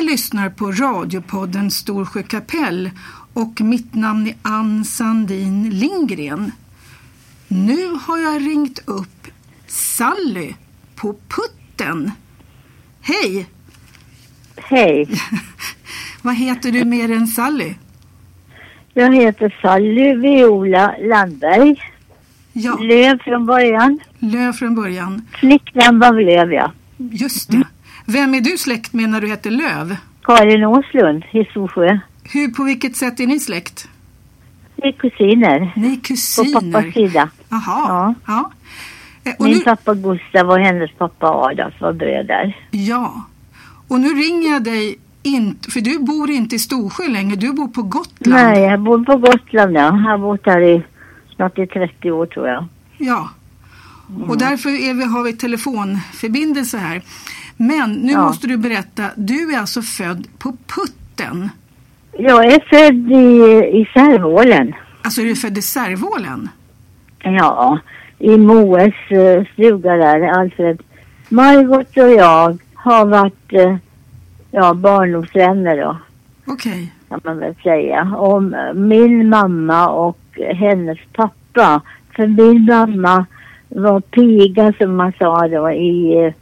lyssnar på radiopodden Storsjö kapell och mitt namn är Ann Sandin Lindgren. Nu har jag ringt upp Sally på Putten. Hej! Hej. Vad heter du mer än Sally? Jag heter Sally Viola Landberg. Ja. Löv från början. Löv från början. Flicknamn var Löv, ja. Just det. Vem är du släkt med när du heter Löv? Karin Åslund i Storsjö. På vilket sätt är ni släkt? Vi är kusiner. Ni är kusiner? På pappas sida. Jaha. Ja. Och Min pappa Gustav och hennes pappa Adas var bröder. Ja. Och nu ringer jag dig inte, för du bor inte i Storsjö längre, du bor på Gotland. Nej, jag bor på Gotland, ja. Jag har bott här i snart i 30 år, tror jag. Ja. Och därför har vi telefonförbindelse här. Men nu måste du berätta, du är alltså född på Putten. Jag är född i Särvålen. Alltså är du född i Särvålen? Ja, i Moes stuga där. Alfred, Margot och jag har varit barndomsvänner då. Okej. Kan man väl säga. Och min mamma och hennes pappa. För min mamma var piga, som man sa då, i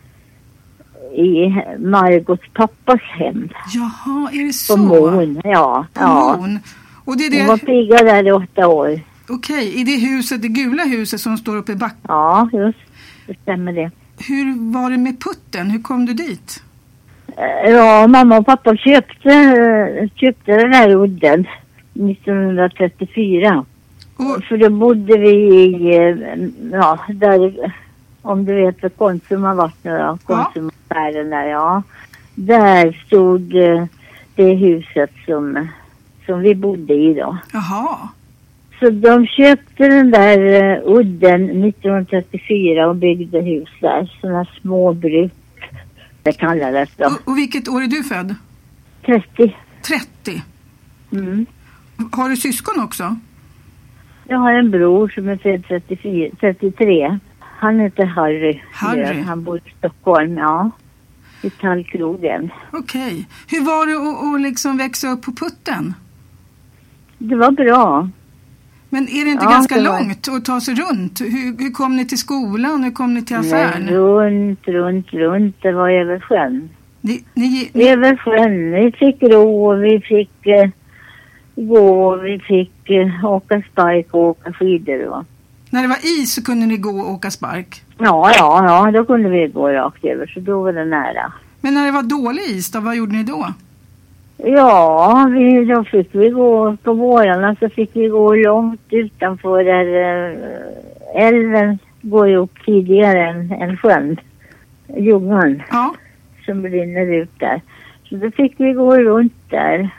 Margots pappas hem. Jaha, är det så? På Mon, ja. På Mon. Och det är det... Hon var piga där i 8 år. Okej, i det huset, det gula huset som står uppe i backen? Ja, just. Det stämmer det. Hur var det med Putten? Hur kom du dit? Ja, mamma och pappa köpte den här udden 1934. För då bodde vi i, där, om du vet vad Konsum har varit nu då, Konsumaffären där, ja. Där stod det huset som vi bodde i då. Jaha. Så de köpte den där udden 1934 och byggde hus där, sådana små bruk. Det kallades då. Och vilket år är du född? 30. 30? Mm. Har du syskon också? Jag har en bror som är född 33. Han heter Harry. Harry? Han bor i Stockholm, ja. I Tallkrogen. Okej. Hur var det att liksom växa upp på Putten? Det var bra. Men är det inte ganska långt att ta sig runt? Hur kom ni till skolan? Hur kom ni till affären? Nej, runt. Det var över sjön. Över sjön. Vi fick ro och vi fick gå. Vi fick åka spark och åka skidor då. När det var is så kunde ni gå och åka spark? Ja, då kunde vi gå rakt över, så då var det nära. Men när det var dålig is då, vad gjorde ni då? Ja, då fick vi gå på vårarna, så fick vi gå långt utanför där älven går ju upp tidigare än sjön, Ljungan, som brinner ut där. Så då fick vi gå runt där,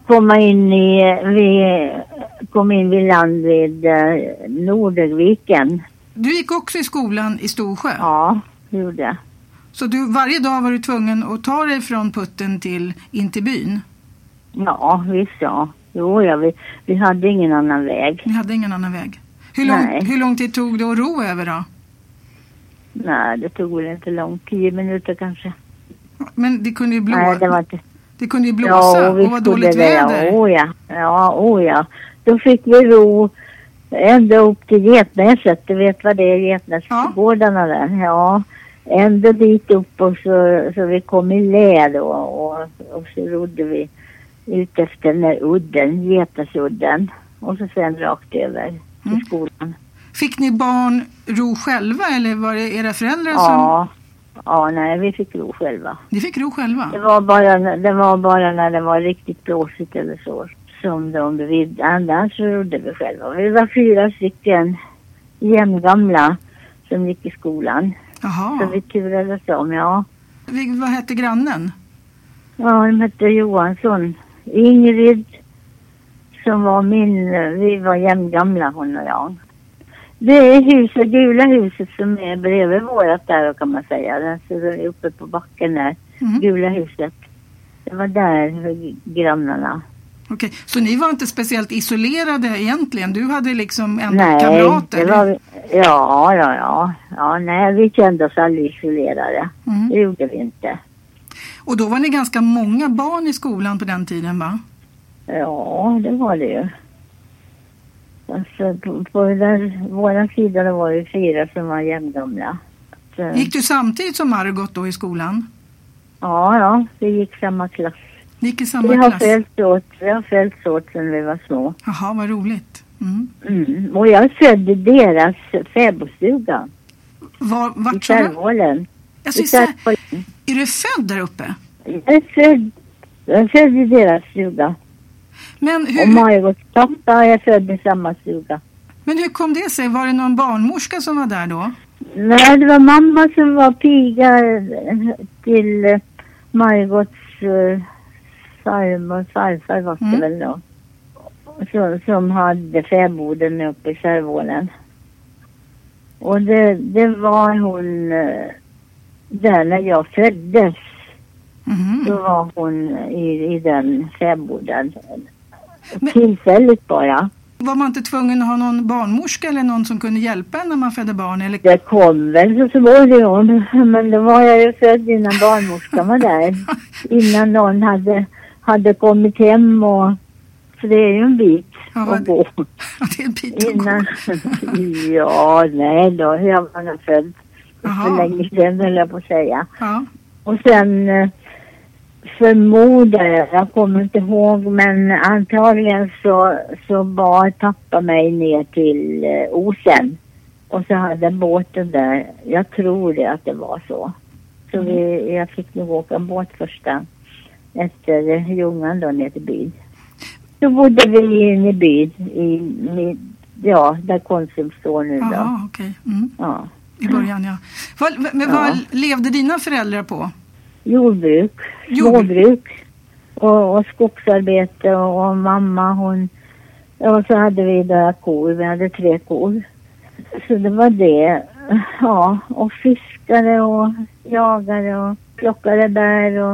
kom in vid land vid Norderviken. Du gick också i skolan i Storsjö? Ja, det gjorde jag. Så varje dag var du tvungen att ta dig från Putten in till byn? Ja, visst ja. Vi hade ingen annan väg. Ni hade ingen annan väg? Hur lång tid tog det att ro över då? Nej, det tog väl inte lång 10 minuter kanske. Men det kunde ju blåsa. Nej, det var inte. Det kunde ju blåsa och var dåligt väder. Ja. Då fick vi ro ända upp till Getnäset. Du vet vad det är, Getnäsgårdarna där. Ja, ända dit upp och så vi kom i lä då. Och så rodde vi ut efter den där udden, Getnäsudden. Och så sen rakt över till skolan. Fick ni barn ro själva eller var det era föräldrar som... Ja, nej, vi fick ro själva. Ni fick ro själva? Det var bara när det var riktigt blåsigt eller så. Som annars rodde vi själva. Vi var 4 stycken jämngamla som gick i skolan. Jaha. Så vi turades om, ja. Vad hette grannen? Ja, de hette Johansson. Ingrid, som var vi var jämngamla, hon och jag. Det är gula huset som är bredvid vårat där, kan man säga. Den är uppe på backen där. Gula huset. Det var där grannarna. Okej, så ni var inte speciellt isolerade egentligen? Du hade liksom ändå kamrater? Nej, Ja, nej, vi kände oss aldrig isolerade. Det gjorde vi inte. Och då var ni ganska många barn i skolan på den tiden, va? Ja, det var det ju. Alltså, på våra sida det var det 4 som var jämngamla. Så... Gick du samtidigt som Margot då i skolan? Ja, vi gick samma klass. Gick i samma klass? Vi har följts åt sedan vi var små. Jaha, vad roligt. Och jag födde deras fäbodstuga. Vart i Särvålen. Är du född där uppe? Jag är född i deras stuga. Men hur... Och Margot pappa är född i samma stuga. Men hur kom det sig? Var det någon barnmorska som var där då? Nej, det var mamma som var piga till Margots farfar var det väl då. Som hade fäboden uppe i Särvålen. Och det var hon där när jag föddes. Då var hon i den fäboden. Tillfälligt bara. Var man inte tvungen att ha någon barnmorska eller någon som kunde hjälpa en när man födde barn? Eller? Det kom väl så småningom. Men då var jag ju född innan barnmorskan var där. Innan någon hade kommit hem. Och, så det är ju en bit att gå. Ja, det är en bit att gå. Ja, nej då. Jag var född för länge sedan, höll jag på att säga. Ja. Och sen förmodar jag kommer inte ihåg, men antagligen så bar pappa mig ner till Osen. Och så hade båten där. Jag tror det att det var så. Så jag fick nog åka båt första efter Ljungan då ner till byn. Så bodde vi in i byn, där Konsum står nu då. Ja, okej. Ja. I början, ja. Vad levde dina föräldrar på? Jordbruk, småbruk och skogsarbete och mamma och så hade vi där kor, vi hade 3 kor. Så det var det, ja, och fiskare och jagare och plockade bär och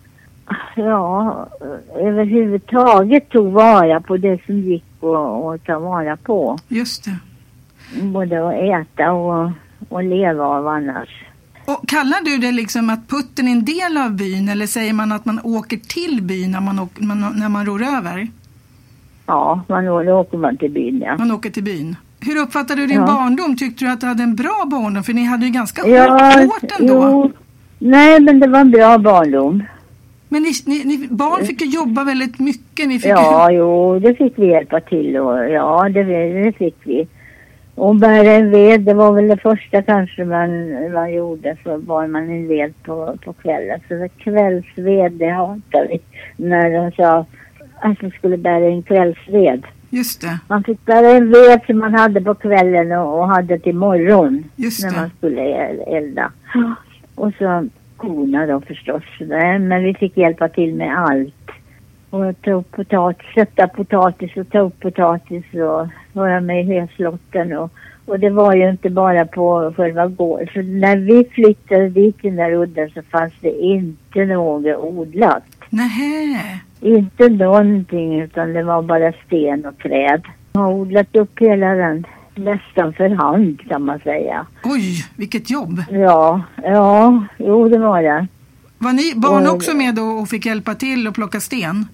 ja, överhuvudtaget tog vara på det som gick och ta vara på. Just det. Både att äta och leva av annars. Och kallar du det liksom att Putten är en del av byn eller säger man att man åker till byn när man ror över? Ja, då åker man till byn, ja. Man åker till byn. Hur uppfattade du din barndom? Tyckte du att du hade en bra barndom? För ni hade ju ganska hårt ändå. Jo. Nej, men det var en bra barndom. Men ni barn fick ju jobba väldigt mycket. Det fick vi hjälpa till. Och, ja, det fick vi. Och bära en ved, det var väl det första kanske man gjorde, så bar man en ved på kvällen. Så det kvällsved, det hatade vi när de sa att man skulle bära en kvällsved. Just det. Man fick bära en ved som man hade på kvällen och hade till morgon. Just när man skulle elda. Och så korna då förstås. Men vi fick hjälpa till med allt. Och ta upp potatis, sätta potatis och ta upp potatis och vara med i höslotten. Och det var ju inte bara på själva gården. För när vi flyttade dit i den där udden så fanns det inte något odlat. Nähä. Inte någonting, utan det var bara sten och träd. Jag har odlat upp hela den nästan för hand, kan man säga. Oj, vilket jobb. Ja, jo det var det. Var ni barn också med då och fick hjälpa till och plocka sten?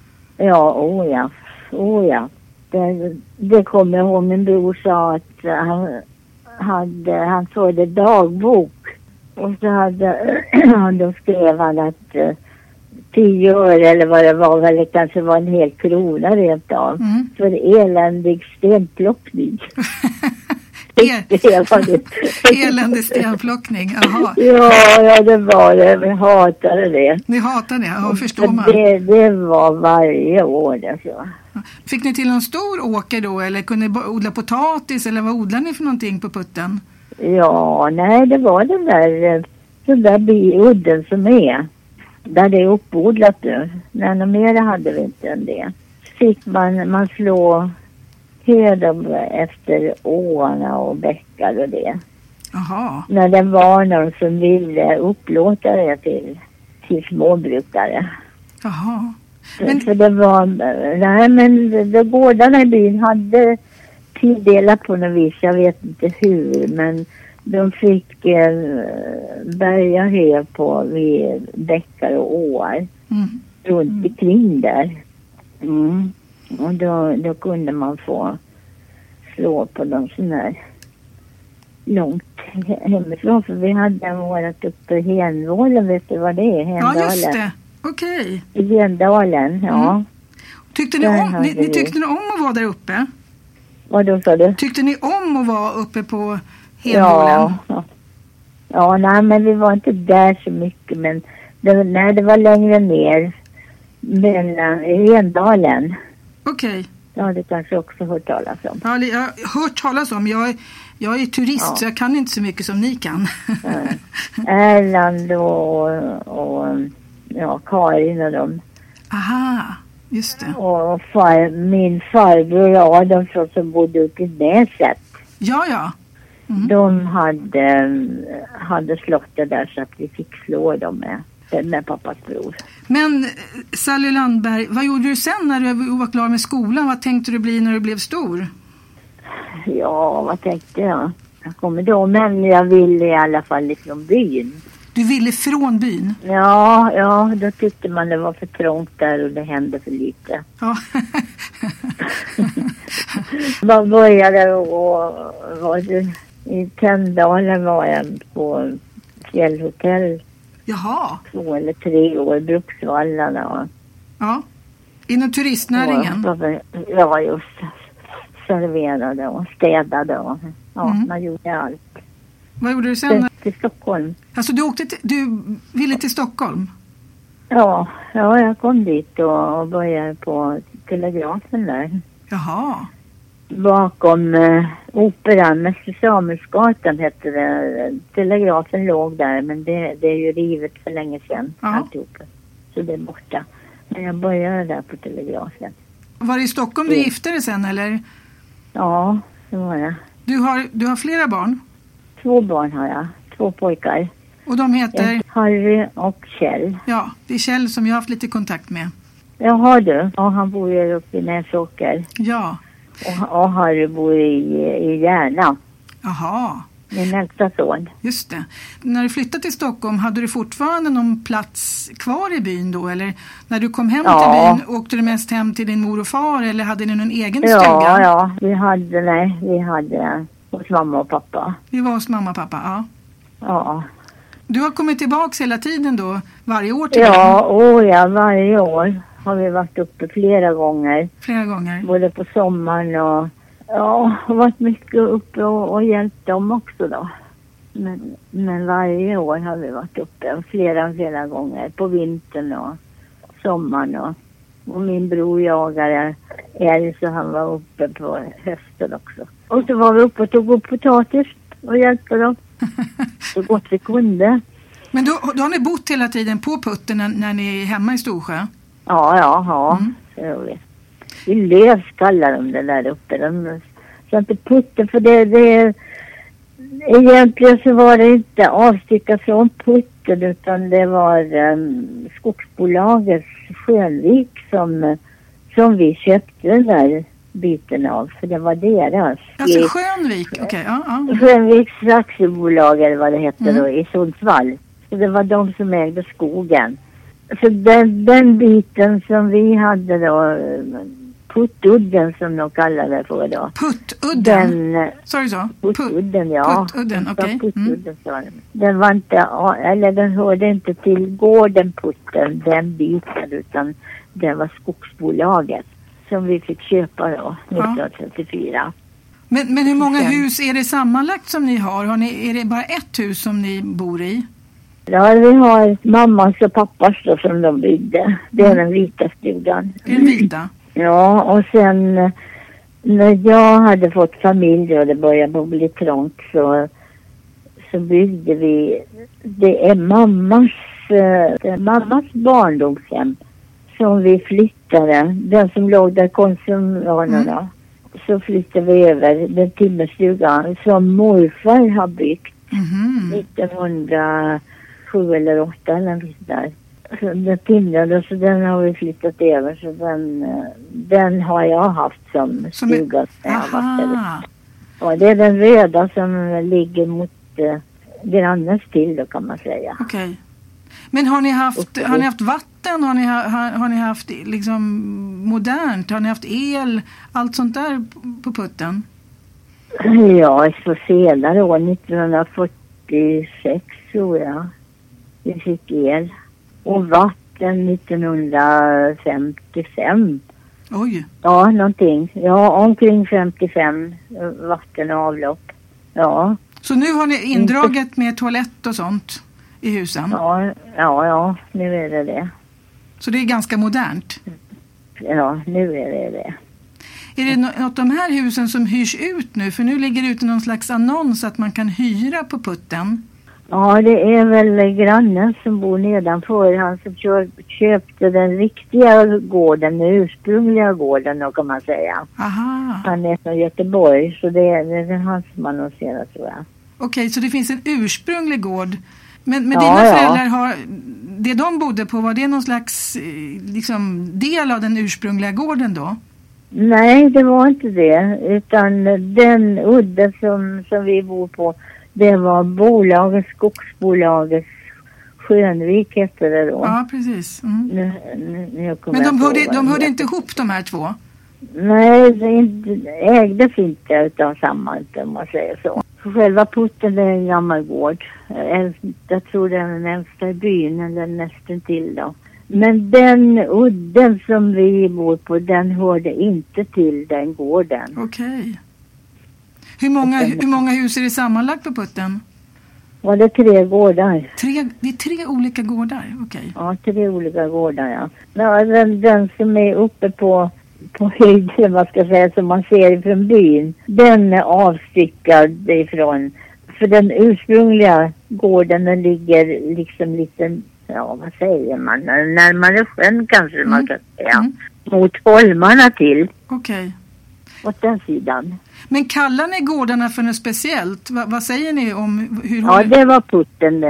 Ja, ja. Det kommer jag ihåg. Min bror sa att han förde dagbok. Och så då skrev han att 10 öre eller vad det var, eller kanske var en hel krona rent av. För eländig stenplockning. Eländig stenplockning, jaha. Ja, det var det. Vi hatade det. Ni hatade det, ja, förstår man. Det var varje år alltså. Fick ni till någon stor åker då, eller kunde ni odla potatis, eller vad odlar ni för någonting på Putten? Ja, nej, det var den där udden som är. Där det är uppodlat nu. Nej, något mer hade vi inte än det. Fick man slå höden efter åarna och bäckar och det. Aha. När det var någon som ville upplåta det till småbrukare. Jaha. För det var, nej men gårdarna i byn hade tilldelat på något vis, jag vet inte hur, men De fick bärga hö på vid bäckar och åar runt omkring där. Och då kunde man få slå på dem sån här långt hemifrån. För vi hade varit uppe i Henvålen, vet du vad det är? Hendalen. Ja, just det. Okej. I Hendalen, ja. Tyckte ni om att vara där uppe? Vad då sa du? Tyckte ni om att vara uppe på Henvålen? Ja, nej, men vi var inte där så mycket. Men det var längre ner. I Hendalen. Okej. Ja, det kanske också hört talas om. Ja, jag har hört talas om. Jag är turist så jag kan inte så mycket som ni kan. Erland och Karin och dem. Aha, just det. Och min farbror Adam som bodde uppe i Näset. Ja. De hade slått det där så att vi fick slå dem med pappas bror. Men Sally Landberg, vad gjorde du sen när du var klar med skolan? Vad tänkte du bli när du blev stor? Ja, vad tänkte jag? Jag kommer då, men jag ville i alla fall ifrån byn. Du ville från byn? Ja, då tyckte man det var för trångt där och det hände för lite. Ja. Man började i Tändalen var jag på fjällhotell. Jaha. 2 eller 3 år, Bruksvallarna. Ja, inom turistnäringen? Ja, just serverade och städade och man gjorde allt. Vad gjorde du sen? Till Stockholm. Alltså du ville till Stockholm? Ja, jag kom dit och började på Telegrafen där. Jaha. Bakom operan, Mäster Samuelsgatan hette det. Telegrafen låg där, men det är ju rivet för länge sedan. Alltihop. Så det är borta. Men jag började där på Telegrafen. Var det i Stockholm du gifte dig sen, eller? Ja, det var det. Du har flera barn? 2 barn har jag. 2 pojkar. Och de heter? Harry och Kjell. Ja, det är Kjell som jag har haft lite kontakt med. Jaha du. Ja, han bor ju uppe i Näsåker. Ja. Och Harry bor i Järna. Jaha. Min äldsta son. Just det. När du flyttade till Stockholm, hade du fortfarande någon plats kvar i byn då? Eller när du kom hem till byn, åkte du mest hem till din mor och far? Eller hade ni någon egen stuga? Ja, vi hade hos mamma och pappa. Vi var hos mamma och pappa, ja. Ja. Du har kommit tillbaka hela tiden då, varje år till Ja, varje år har vi varit uppe flera gånger. Flera gånger? Både på sommaren och varit mycket uppe och hjälpt dem också då. Men varje år har vi varit uppe flera gånger på vintern och sommaren och min bror jagade älg så han var uppe på hösten också. Och så var vi uppe och tog upp potatis och hjälpte dem så gott vi kunde. Men då har ni bott hela tiden på putten när ni är hemma i Storsjö? Ja. Vi lös kallar de det där uppe. Så inte putten, för det egentligen så var det inte avstyckat från putten utan det var skogsbolagets Skönvik som vi köpte den där biten av, för det var deras. Alltså Skönvik, okej. Ja. Skönviks aktiebolag eller vad det hette då i Sundsvall. Så det var de som ägde skogen. Så den biten som vi hade då, Puttudden som de kallade det för då. Puttudden? Sorry så? Puttudden, ja. Puttudden, okej. Den var inte, eller den hörde inte till gården Putten, den biten, utan det var skogsbolaget som vi fick köpa då, 1934. Men hur många hus är det sammanlagt som ni har? Är det bara ett hus som ni bor i? Ja, vi har mammas och pappas då som de byggde. Det är den vita stugan. Den vita? Ja, och sen när jag hade fått familj och det började bli trångt så byggde vi, det är mammas barndomshem som vi flyttade, den som låg där konsumvanorna. Så flyttade vi över den timmerstugan som morfar har byggt 1907 eller 8 eller något där. Så den timrade, så den har vi flyttat över, så den har jag haft som stuga när jag var där. Och det är den röda som ligger mot grannens till då, kan man säga. Okej. Men har ni haft vatten? Har ni haft liksom modernt? Har ni haft el? Allt sånt där på putten? Ja, så senare år, 1946 tror jag. Vi fick el. Och vatten 1955. Oj. Ja, någonting. Ja, omkring 55 vatten och avlopp. Ja. Så nu har ni indraget med toalett och sånt i husen? Ja, nu är det. Så det är ganska modernt? Ja, nu är det. Är det något av de här husen som hyrs ut nu? För nu ligger det ute någon slags annons att man kan hyra på putten. Ja, det är väl grannen som bor nedanför. Han som köpte den riktiga gården, den ursprungliga gården då, kan man säga. Aha. Han är från Göteborg, så det är han som annonserar, tror jag. Okej, så det finns en ursprunglig gård. Men dina föräldrar har, det de bodde på, var det någon slags liksom, del av den ursprungliga gården då? Nej, det var inte det. Utan den udden som vi bor på, det var skogsbolaget Skönvik hette det då. Ja, precis. Mm. Men de hörde inte ihop de här två? Nej, det ägdes inte utav samma, om man säger så. Själva putten är en gammal gård. Jag tror det är den äldsta i byn, eller nästan till då. Men den udden som vi bor på, den hörde inte till den gården. Okej. Hur många hus är det sammanlagt på putten? Ja, det är 3 gårdar. Det är 3 olika gårdar, okej. Ja, 3 olika gårdar, ja. Den som är uppe på höjden, vad ska jag säga, som man ser från byn, den är avstyckad ifrån. För den ursprungliga gården, den ligger liksom lite, ja, vad säger man, närmare sjön kanske man ska säga. Mot holmarna till. Okej. Åt den sidan. Men kallar ni gårdarna för något speciellt? Vad säger ni om hur? Ja, det var putten.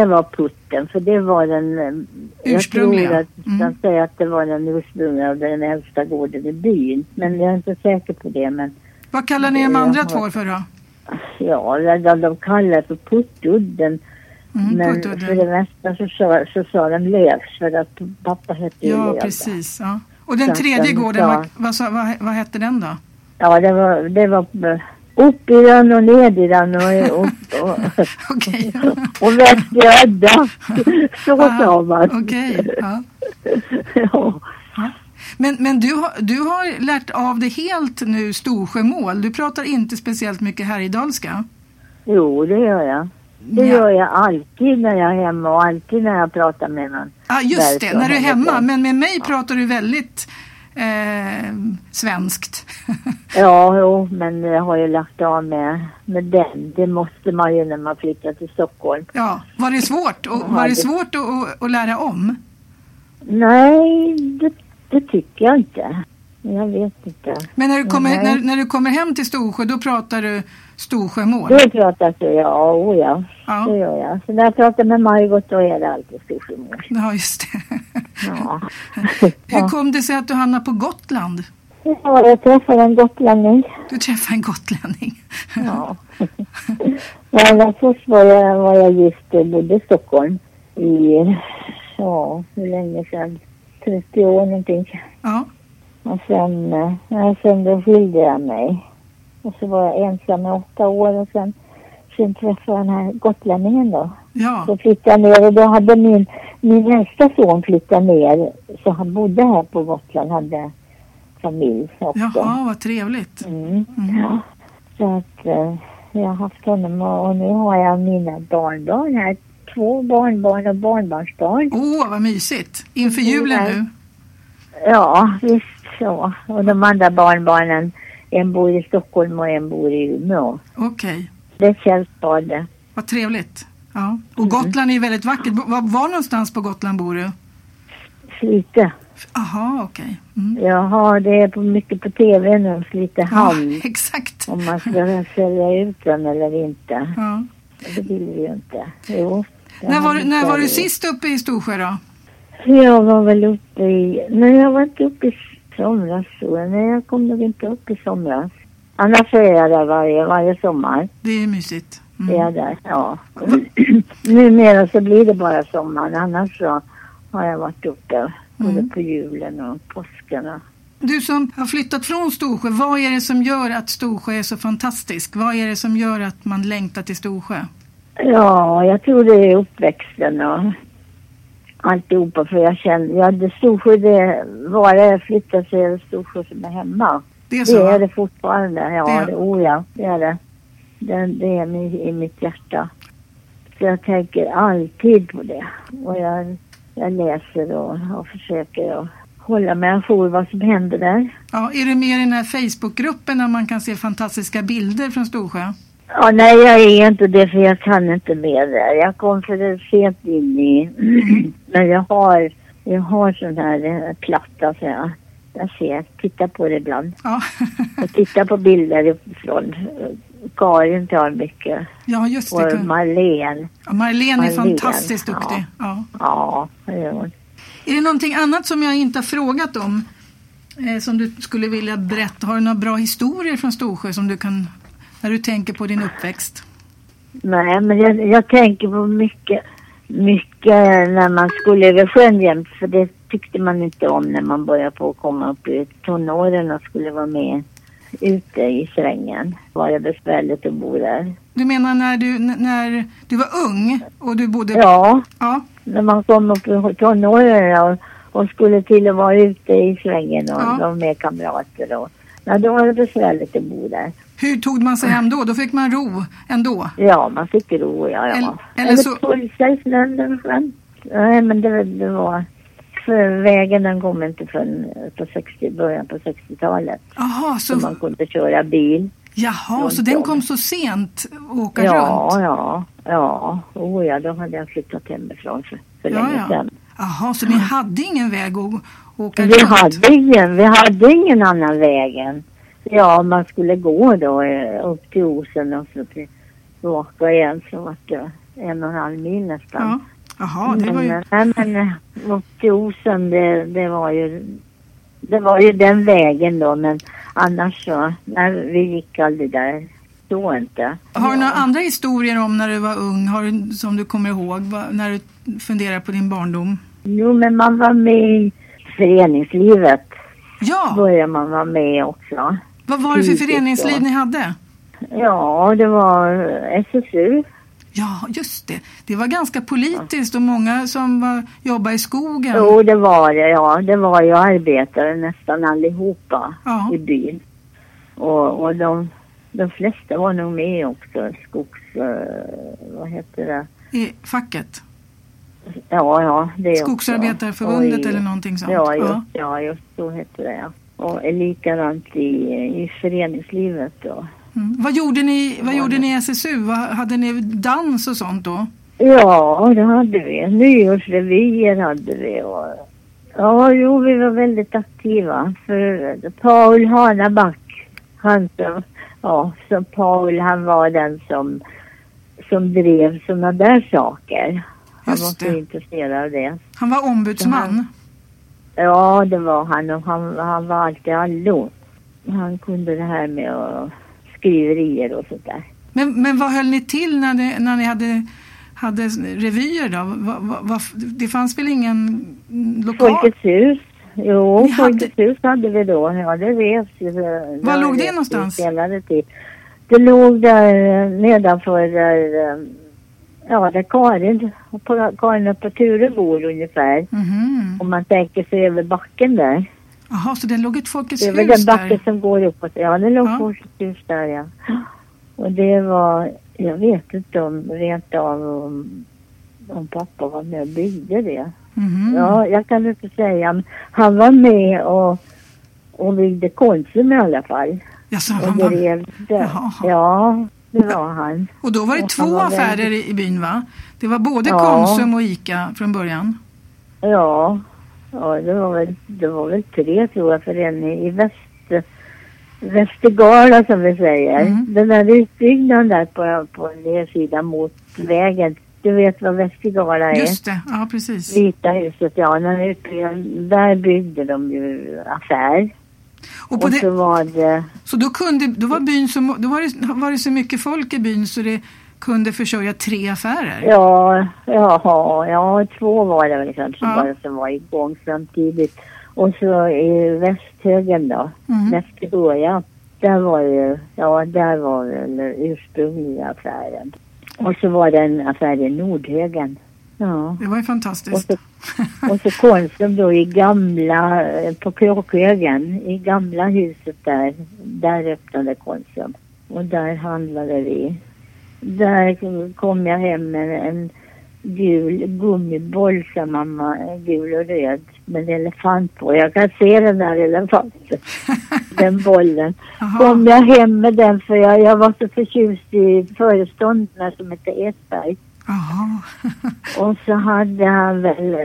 För det var den ursprungliga. Jag tror att säga att det var den ursprungliga av den äldsta gården i byn. Men jag är inte säker på det. Men vad kallar ni de andra två för då? Ja, de kallar för puttudden. Men puttudden. För det mesta så sa de Lövs, för att pappa hette ja, Löv. Precis. Ja. Och den tredje gården, vad hette den då? Ja, det var upp i den och ner i den Okej. och väst i ödda. Så sa man. Okej, ja. Ja. Men du har lärt av det helt nu, Storsjömål. Du pratar inte speciellt mycket härjedalska. Jo, det gör jag. Det gör jag alltid när jag är hemma och alltid när jag pratar med någon. Ja, just det, när du är hemma. Men med mig pratar du väldigt svenskt. Ja, men jag har ju lagt av med den. Det måste man ju när man flyttar till Stockholm. Ja, var det svårt? Var det svårt att lära om? Nej, det tycker jag inte. Jag vet inte. Men när du kommer hem till Storsjö, då pratar du Storsjömål? Då pratar jag, ja. Det gör jag. Så när jag pratar med Margot, då är det alltid Storsjömål. Ja, just det. Ja. Hur kom det sig att du hamnade på Gotland? Ja, jag träffade en gotlänning. Du träffade en gotlänning? Ja. Men först var jag gift och bodde i Stockholm i, hur länge sedan? 30 år någonting. Ja. Och sen då skilde jag mig. Och så var jag ensam i 8 år och sen träffade jag den här gotlänningen då. Ja. Så flyttade jag ner och då hade min äldsta son flyttat ner. Så han bodde här på Gotland, hade familj också. Jaha, vad trevligt. Ja, så att jag har haft honom och nu har jag mina barnbarn här. 2 barnbarn och barnbarnsbarn. Vad mysigt. Inför julen nu. Ja, visst så. Och de andra barnbarnen, en bor i Stockholm och en bor i Umeå. Okej. Det känns bra det. Vad trevligt. Ja. Och Gotland är ju väldigt vackert. Var någonstans på Gotland bor du? Slite. Aha, okej. Jaha, det är mycket på tv nu, Slite hamn. Ja, exakt. Om man ska sälja ut den eller inte. Ja. Det vill vi ju inte. Jo. När var du sist uppe i Storsjö då? Jag var väl uppe jag var inte uppe i somras. Nej, jag kom nog inte upp i somras. Annars är jag där varje sommar. Det är mysigt. Det är där, ja. Numera så blir det bara sommaren. Annars så har jag varit uppe både på julen och påskarna. Du som har flyttat från Storsjö, vad är det som gör att Storsjö är så fantastisk? Vad är det som gör att man längtar till Storsjö? Ja, jag tror det är uppväxten och alltihopa. För jag känner, det Storsjö, det var det flyttat sig över Storsjö som är hemma. Det är så? Det är det fortfarande, det är det. Det är i mitt hjärta. Så jag tänker alltid på det. Och jag läser och försöker att hålla mig ajour vad som händer där. Ja, är du med i den här Facebookgruppen där man kan se fantastiska bilder från Storsjö? Ja, nej, jag är inte det för jag kan inte med det. Jag kom för det sent in i... Men jag har sån här platta så jag tittar på det ibland. Ja. Jag tittar på bilder uppifrån. Karin tar mycket. Ja, just det. Och Marlene. Ja, Marlene är fantastiskt duktig. Ja, det gör hon. Är det någonting annat som jag inte har frågat om som du skulle vilja berätta? Har du några bra historier från Storsjö som du kan, när du tänker på din uppväxt? Nej, men jag tänker på mycket när man skulle över sjön jämt, för det tyckte man inte om när man började på att komma upp i tonåren och skulle vara med ute i Strängen. Var det besvärligt att bo där. Du menar när du var ung och du bodde... Ja. När man kom upp i tonåren och skulle till att vara ute i Strängen och med kamrater. Då var det besvärligt att bo där. Hur tog man sig hem då? Då fick man ro ändå? Ja, man fick ro, ja. Eller så... Nej, men det var... För vägen den kom inte från början på 60-talet. Jaha, så man kunde köra bil. Jaha, så den kom så sent att åka runt? Ja. Då hade jag flyttat hemifrån för länge sedan. Jaha, så ni hade ingen väg att åka runt? Vi hade ingen annan väg än. Ja, man skulle gå då upp till Osen och så tillbaka igen, så var det 1,5 mil nästan. Ja. Jaha, det var ju... Men upp till Osen, det var ju den vägen då, men annars så, när vi gick aldrig där, så inte. Har du några andra historier om när du var ung, som du kommer ihåg, när du funderar på din barndom? Jo, men man var med i föreningslivet. Ja! Började man vara med också. Vad var det för föreningsliv ni hade? Ja, det var SSU. Ja, just det. Det var ganska politiskt och många som jobbade i skogen. Jo, det var det, ja. Det var ju arbetare nästan allihopa i byn. Och de flesta var nog med också. vad heter det? I facket? Ja, det Skogsarbetarförbundet eller någonting sånt. Ja, just så heter det, ja. Och likadant i föreningslivet då. Vad gjorde ni i SSU? Hade ni dans och sånt då? Ja, det hade vi. Nyårsrevyer hade vi. Vi var väldigt aktiva. För Paul Hanaback, Paul, han var den som drev såna där saker. Han var så intresserad av det. Han var ombudsman? Ja, det var han, och han var alltid allo. Han kunde det här med skriverier och sånt där. Men vad höll ni till när ni hade revyer då? Det fanns väl ingen lokal? Folkets hus. Jo, Folkets hus hade vi då. Ja, det revs ju. Var låg det någonstans? Det låg där nedanför där Karin och Ture bor ungefär. Mm-hmm. Om man tänker sig över backen där. Jaha, så det låg ett Folkets hus där? Det var den backen som går uppåt. Ja, det låg Folkets hus där, ja. Och det var, jag vet inte om pappa var med och byggde det. Mm-hmm. Ja, jag kan inte säga. Han var med och byggde Konsum i alla fall. Jaså, Ja, det var han. Och då var det 2 affärer i byn, va? Det var både Konsum och Ica från början. Ja, det var väl 3 tror jag, för en i Västergala som vi säger. Den där utbyggnaden där på den sidan mot vägen. Du vet vad Västergala är? Just det, ja precis. Vita huset, ja. Där byggde de ju affär. Och så var det... Så då var byn var det så mycket folk i byn så det kunde försörja 3 affärer. Ja, 2 var det väl kanske bara som var igång samtidigt. Och så i Västhögen då, Västerboja, där var den ursprungliga affären. Och så var det en affär i Nordhögen. Ja. Det var ju fantastiskt. Och så Konsum då på Kråkhögen, i gamla huset där öppnade Konsum. Och där handlade vi. Där kom jag hem med en gul gummiboll som mamma, gul och röd, med en elefant på. Jag kan se den där elefanten, den bollen. Aha. Kom jag hem med den för jag var så förtjust i föreståndaren som hette Esberg. Aha. Och så hade han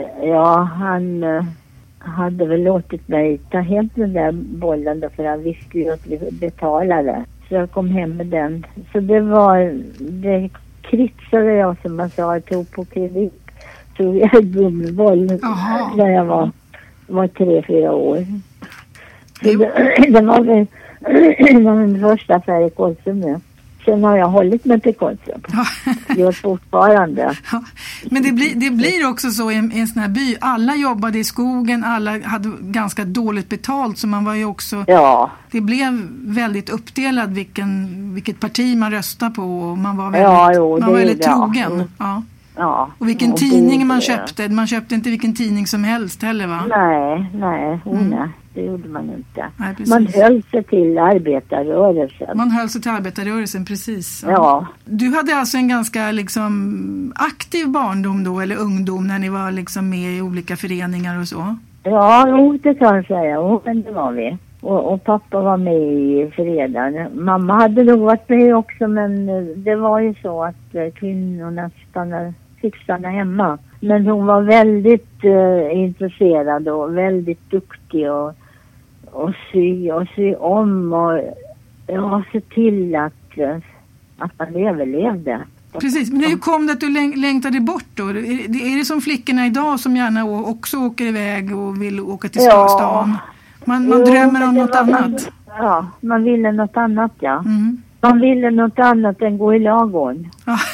hade väl låtit mig ta hem den där bollen då, för han visste ju att vi betalade. Så jag kom hem med den. Så det kritsade jag, som man sa, jag tog på kredit. Så jag gummiboll när jag var 3-4 år. Så det var min första affär i Konsum nu. Sen har jag hållit mig till Konsum. Gör fortfarande. Ja. Men det blir också så i en sån här by. Alla jobbade i skogen, alla hade ganska dåligt betalt, så man var ju också... Ja. Det blev väldigt uppdelat vilket parti man röstade på, och man var väldigt trogen. Ja. Ja. Och vilken tidning man köpte. Man köpte inte vilken tidning som helst heller, va? Nej. Det gjorde man inte. Nej, man höll sig till arbetarrörelsen. Precis. Ja. Du hade alltså en ganska aktiv barndom då, eller ungdom, när ni var med i olika föreningar och så? Ja, det kan jag säga. Men det var vi. Och pappa var med i föreningen. Mamma hade nog varit med också, men det var ju så att kvinnorna fick stanna hemma. Men hon var väldigt intresserad och väldigt duktig och sy om och se till att man överlevde. Precis, men hur kom det att du längtade bort då? Är det som flickorna idag som gärna också åker iväg och vill åka till stan? Man drömmer om något annat. Man ville något annat, ja. Mm. Man ville något annat än gå i ladugården.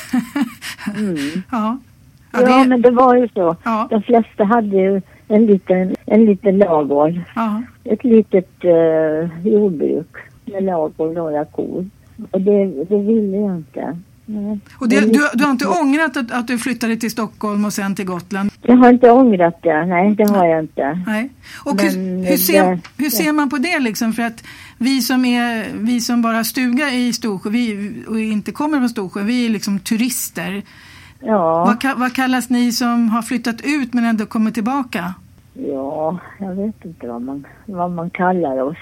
Ja, men det var ju så. Ja. De flesta hade ju en liten ladugård. Ja. Ett litet jordbruk med ladugård och några kor. Och det ville jag inte. Nej. Och du har inte ångrat att du flyttade till Stockholm och sen till Gotland? Jag har inte ångrat det, nej, det har jag inte. Nej. Och hur ser man på det för att vi som bara stuga i Storsjö, och inte kommer från Storsjö, vi är turister. Ja. Vad kallas ni som har flyttat ut men ändå kommer tillbaka? Ja, jag vet inte vad man kallar oss.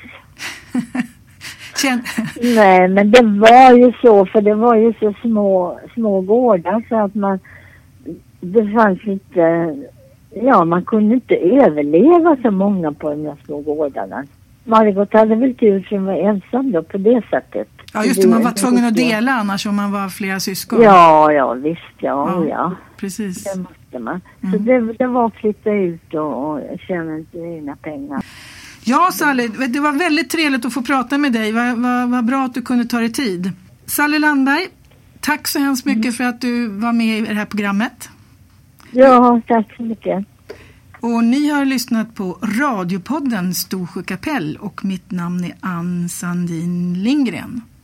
Nej, men det var ju så, för det var ju så små gårdar, så att det fanns inte, man kunde inte överleva så många på de här små gårdarna. Margot hade väl tur som var ensam då på det sättet. Ja, just det, man var tvungen att dela annars om man var flera syskon. Ja, visst, ja. Precis. Det måste man. Så det var att flytta ut och tjäna egna pengar. Ja, Sally, det var väldigt trevligt att få prata med dig. Vad bra att du kunde ta dig tid. Sally Landberg, tack så hemskt mycket för att du var med i det här programmet. Ja, tack så mycket. Och ni har lyssnat på radiopodden Storsjö kapell, och mitt namn är Ann Sandin Lindgren.